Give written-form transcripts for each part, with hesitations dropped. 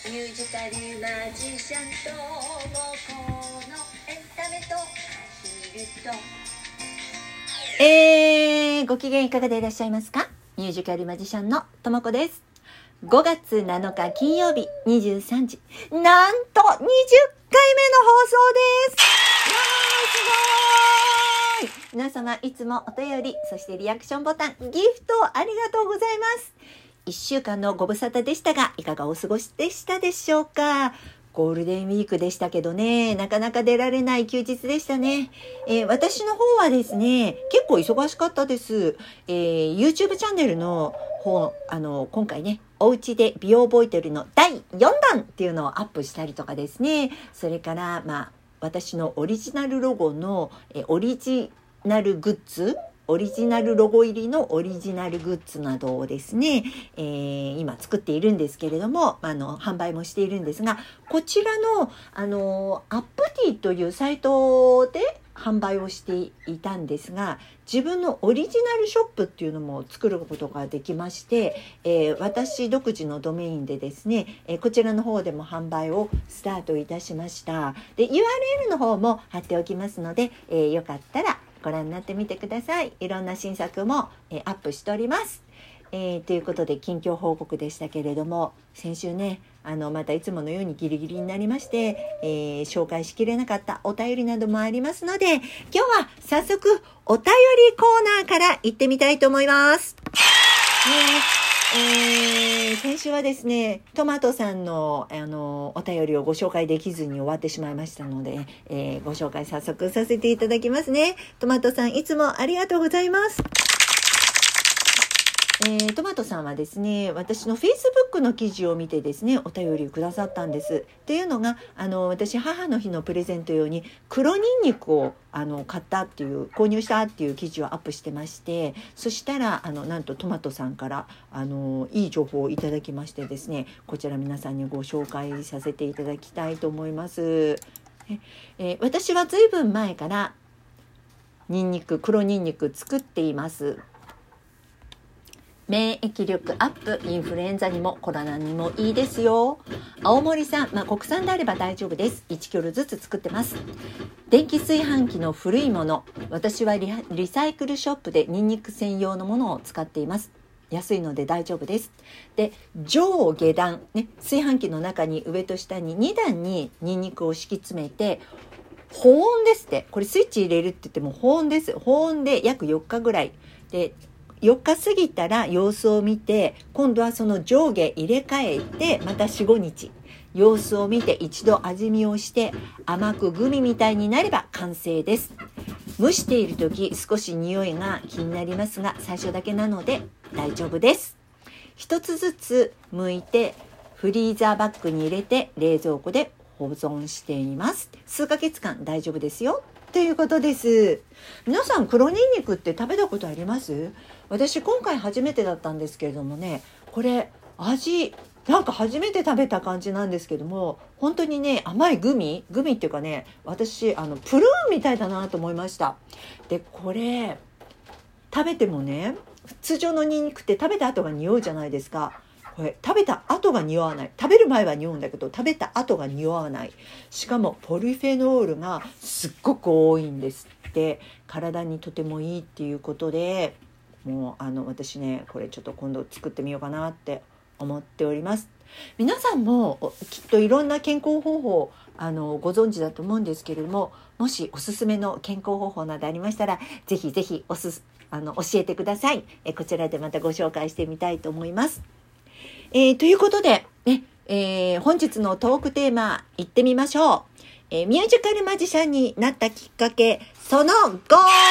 ミュージカルマジシャンともこのエンタメとアヒルとご機嫌いかがでいらっしゃいますか？ミュージカルマジシャンのともこです。5月7日金曜日23時、なんと20回目の放送です。すごい。皆様いつもお便り、そしてリアクションボタン、ギフトありがとうございます。1週間のご無沙汰でしたが、いかがお過ごしでしたでしょうか？ゴールデンウィークでしたけどね、なかなか出られない休日でしたね。私の方はですね、結構忙しかったです。YouTube チャンネルの方、今回ね、おうちで美容ボイトルの第4弾っていうのをアップしたりとかですね、それから、私のオリジナルロゴの、オリジナルグッズ、オリジナルロゴ入りのオリジナルグッズなどをですね、今作っているんですけれども、販売もしているんですが、こちらの、アップティというサイトで販売をしていたんですが、自分のオリジナルショップっていうのも作ることができまして、私独自のドメインでですね、こちらの方でも販売をスタートいたしました。で、URL の方も貼っておきますので、よかったらご覧になってみてください。いろんな新作も、アップしております。ということで近況報告でしたけれども、先週ね、またいつものようにギリギリになりまして、紹介しきれなかったお便りなどもありますので、今日は早速お便りコーナーから行ってみたいと思います。先週はですね、トマトさんの、お便りをご紹介できずに終わってしまいましたので、ご紹介早速させていただきますね。トマトさんいつもありがとうございます。トマトさんはですね、私の Facebook の記事を見てですね、お便りくださったんです。っていうのが、私母の日のプレゼント用に黒ニンニクを買ったっていう、購入したっていう記事をアップしてまして、そしたらなんとトマトさんからいい情報をいただきましてですね、こちら皆さんにご紹介させていただきたいと思います。私はずいぶん前から黒ニンニク作っています。免疫力アップ、インフルエンザにもコロナにもいいですよ。青森産、国産であれば大丈夫です。1キロずつ作ってます。電気炊飯器の古いもの、私はリサイクルショップでニンニク専用のものを使っています。安いので大丈夫です。で、上下段、炊飯器の中に上と下に2段にニンニクを敷き詰めて、保温ですって。これスイッチ入れるって言っても保温です。保温で約4日ぐらいで、4日過ぎたら様子を見て、今度はその上下入れ替えて、また 4,5 日様子を見て一度味見をして、甘くグミみたいになれば完成です。蒸している時少し匂いが気になりますが、最初だけなので大丈夫です。一つずつ剥いてフリーザーバッグに入れて冷蔵庫で保存しています。数ヶ月間大丈夫ですよということです。皆さん黒ニンニクって食べたことあります？私今回初めてだったんですけれどもね、これ味なんか初めて食べた感じなんですけども、本当にね、甘いグミっていうかね、私プルーンみたいだなと思いました。で、これ食べてもね、通常のニンニクって食べた後が匂うじゃないですか。これ食べた後が匂わない。食べる前は匂うんだけど、食べた後が匂わない。しかもポリフェノールがすっごく多いんですって。体にとてもいいっていうことで、もう私ね、これちょっと今度作ってみようかなって思っております。皆さんもきっといろんな健康方法ご存知だと思うんですけれども、もしおすすめの健康方法などありましたら、ぜひぜひ教えてください。こちらでまたご紹介してみたいと思います。ということで、本日のトークテーマいってみましょう。ミュージカルマジシャンになったきっかけその5。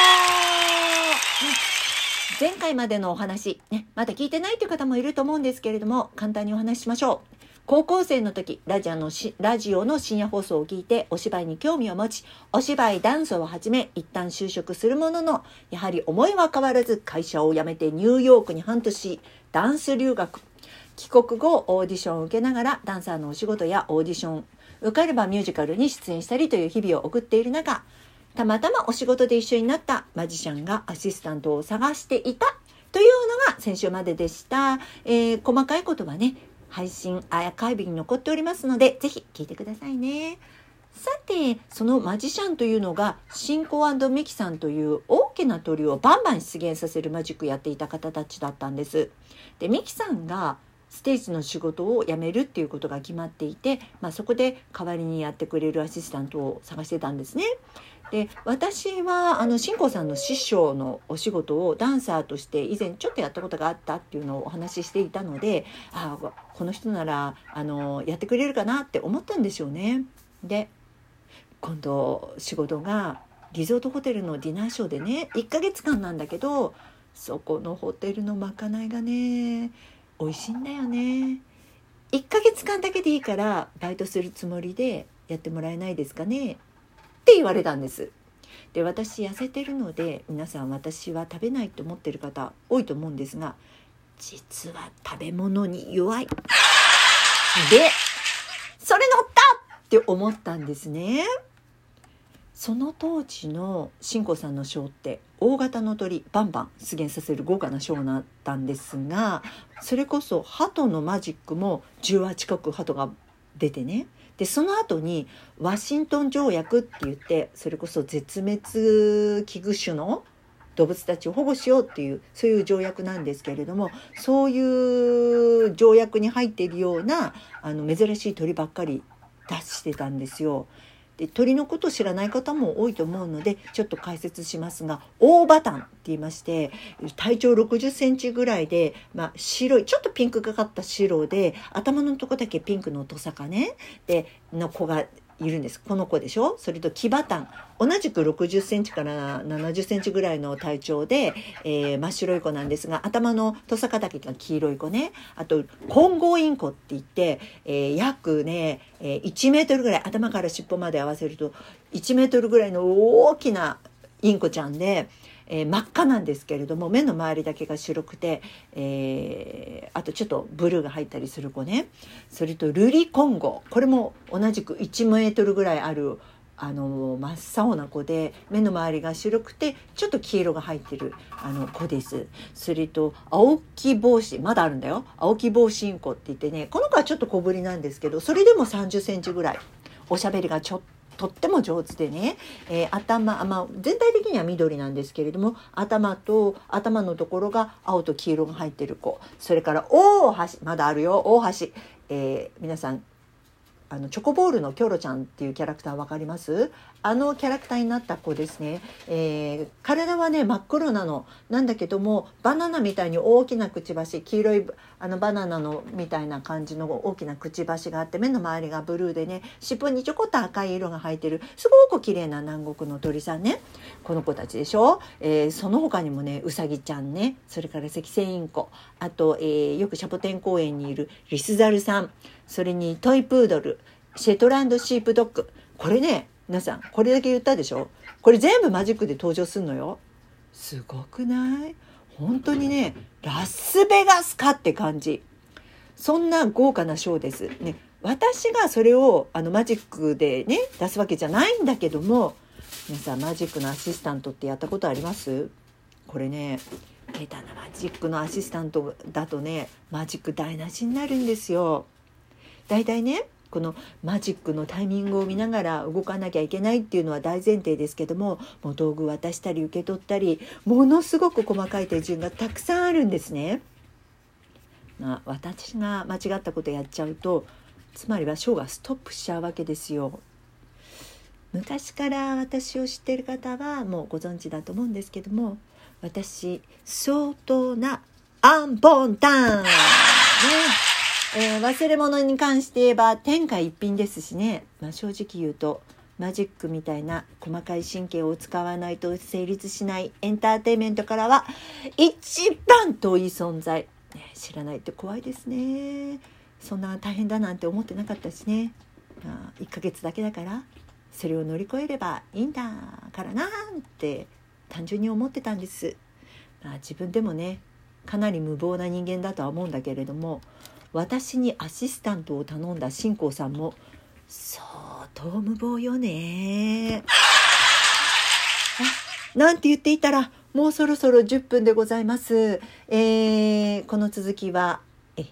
前回までのお話、まだ聞いてないという方もいると思うんですけれども、簡単にお話ししましょう。高校生の時、ラジオの深夜放送を聞いてお芝居に興味を持ち、お芝居ダンスを始め、一旦就職するものの、やはり思いは変わらず会社を辞めてニューヨークに半年ダンス留学。帰国後オーディションを受けながらダンサーのお仕事やオーディション、受かればミュージカルに出演したりという日々を送っている中、たまたまお仕事で一緒になったマジシャンがアシスタントを探していたというのが先週まででした。細かいことはね、 配信アーカイブに残っておりますので、ぜひ聞いてくださいね。さて、そのマジシャンというのがシンコ&ミキさんという大きな鳥をバンバン出現させるマジックやっていた方たちだったんです。で、ミキさんがステージの仕事を辞めるっていうことが決まっていて、そこで代わりにやってくれるアシスタントを探してたんですね。で、私は新子さんの師匠のお仕事をダンサーとして以前ちょっとやったことがあったっていうのをお話ししていたので、この人ならやってくれるかなって思ったんでしょうね。で、今度仕事がリゾートホテルのディナーショーでね、1ヶ月間なんだけど、そこのホテルのまかないがね美味しいんだよね。1ヶ月間だけでいいからバイトするつもりでやってもらえないですかねって言われたんです。で、私痩せてるので、皆さん私は食べないと思ってる方多いと思うんですが、実は食べ物に弱いで、それ乗ったって思ったんですね。その当時の新子さんのショーって大型の鳥バンバン出現させる豪華なショーだったんですが、それこそ鳩のマジックも10羽近く鳩が出てね、でその後にワシントン条約って言って、それこそ絶滅危惧種の動物たちを保護しようっていう、そういう条約なんですけれども、そういう条約に入っているような珍しい鳥ばっかり出してたんですよ。で、鳥のことを知らない方も多いと思うのでちょっと解説しますが、大バタンって言いまして、体長60センチぐらいで、白いちょっとピンクがかった白で、頭のとこだけピンクのトサカねでの子がいるんです。この子でしょ。それとキバタン、同じく60センチから70センチぐらいの体長で、真っ白い子なんですが、頭のトサカだけが黄色い子ね。あと混合インコって言って、約ね、1メートルぐらい、頭から尻尾まで合わせると1メートルぐらいの大きなインコちゃんで、真っ赤なんですけれども、目の周りだけが白くて、あとちょっとブルーが入ったりする子ね。それとルリコンゴ、これも同じく1メートルぐらいある真っ青な子で、目の周りが白くてちょっと黄色が入ってる子です。それと青木帽子、まだあるんだよ、青木帽子インコって言ってね、この子はちょっと小ぶりなんですけど、それでも30センチぐらい、おしゃべりがとっても上手でね、頭、全体的には緑なんですけれども、頭のところが青と黄色が入ってる子。それから大橋、まだあるよ、大橋、皆さんチョコボールのキョロちゃんっていうキャラクターわかります？キャラクターになった子ですね。体はね真っ黒なんだけども、バナナみたいに大きなくちばし、黄色いバナナのみたいな感じの大きなくちばしがあって、目の周りがブルーでね、尻尾にちょこっと赤い色が入ってる、すごく綺麗な南国の鳥さんね、この子たちでしょ。その他にもね、うさぎちゃんね、それから赤線インコ、あと、よくシャボテン公園にいるリスザルさん、それにトイプードル、シェトランドシープドッグ。これね、皆さんこれだけ言ったでしょ。これ全部マジックで登場するのよ。すごくない？本当にね、ラスベガスかって感じ。そんな豪華なショーですね。私がそれをマジックでね出すわけじゃないんだけども、皆さんマジックのアシスタントってやったことあります？これね、下手なマジックのアシスタントだとね、マジック台無しになるんですよ。だいたいね、このマジックのタイミングを見ながら動かなきゃいけないっていうのは大前提ですけども、もう道具渡したり受け取ったり、ものすごく細かい手順がたくさんあるんですね。私が間違ったことやっちゃうと、つまりはショーがストップしちゃうわけですよ。昔から私を知っている方はもうご存知だと思うんですけども、私相当なアンポンタンね、忘れ物に関して言えば天下一品ですしね、正直言うとマジックみたいな細かい神経を使わないと成立しないエンターテインメントからは一番遠い存在、知らないって怖いですね。そんな大変だなんて思ってなかったしね、1ヶ月だけだからそれを乗り越えればいいんだからなって単純に思ってたんです。自分でもねかなり無謀な人間だとは思うんだけれども、私にアシスタントを頼んだ新光さんも相当無謀よね。なんて言っていたらもうそろそろ10分でございます。この続きは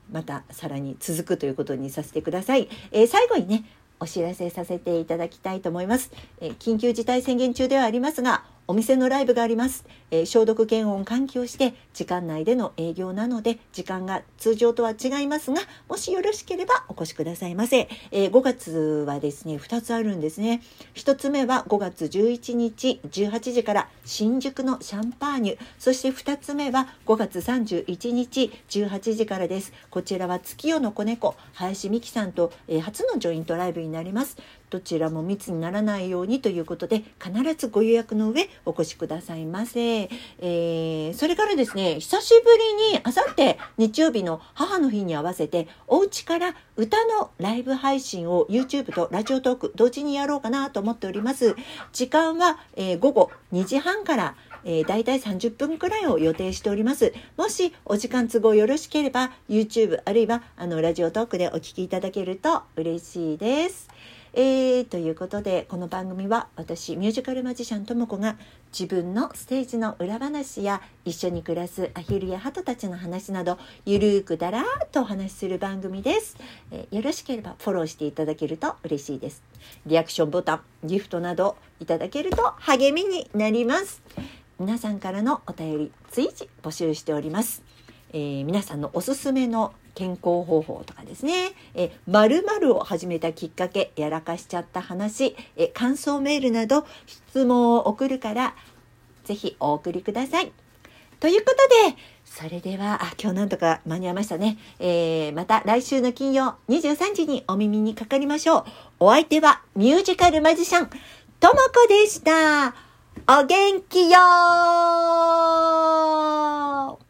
またさらに続くということにさせてください。最後にね、お知らせさせていただきたいと思います。緊急事態宣言中ではありますが、お店のライブがあります。消毒検温換気をして時間内での営業なので時間が通常とは違いますが、もしよろしければお越しくださいませ。5月はですね2つあるんですね。1つ目は5月11日18時から新宿のシャンパーニュ、そして2つ目は5月31日18時からです。こちらは月夜の子猫林美希さんと、初のジョイントライブになります。どちらも密にならないようにということで必ずご予約の上お越しくださいませ。それからですね、久しぶりにあさって日曜日の母の日に合わせてお家から歌のライブ配信を YouTube とラジオトーク同時にやろうかなと思っております。時間は、午後2時半からだいたい30分くらいを予定しております。もしお時間都合よろしければ YouTube あるいはラジオトークでお聞きいただけると嬉しいです。ということで、この番組は私ミュージカルマジシャンともこが自分のステージの裏話や一緒に暮らすアヒルやハトたちの話などゆるーくだらーっとお話しする番組です。よろしければフォローしていただけると嬉しいです。リアクションボタン、ギフトなどいただけると励みになります。皆さんからのお便り随時募集しております。皆さんのおすすめの健康方法とかですね、〇〇を始めたきっかけ、やらかしちゃった話、感想メールなど質問を送るからぜひお送りください。ということで、それでは今日なんとか間に合いましたね。また来週の金曜23時にお耳にかかりましょう。お相手はミュージカルマジシャンともこでした。お元気よー。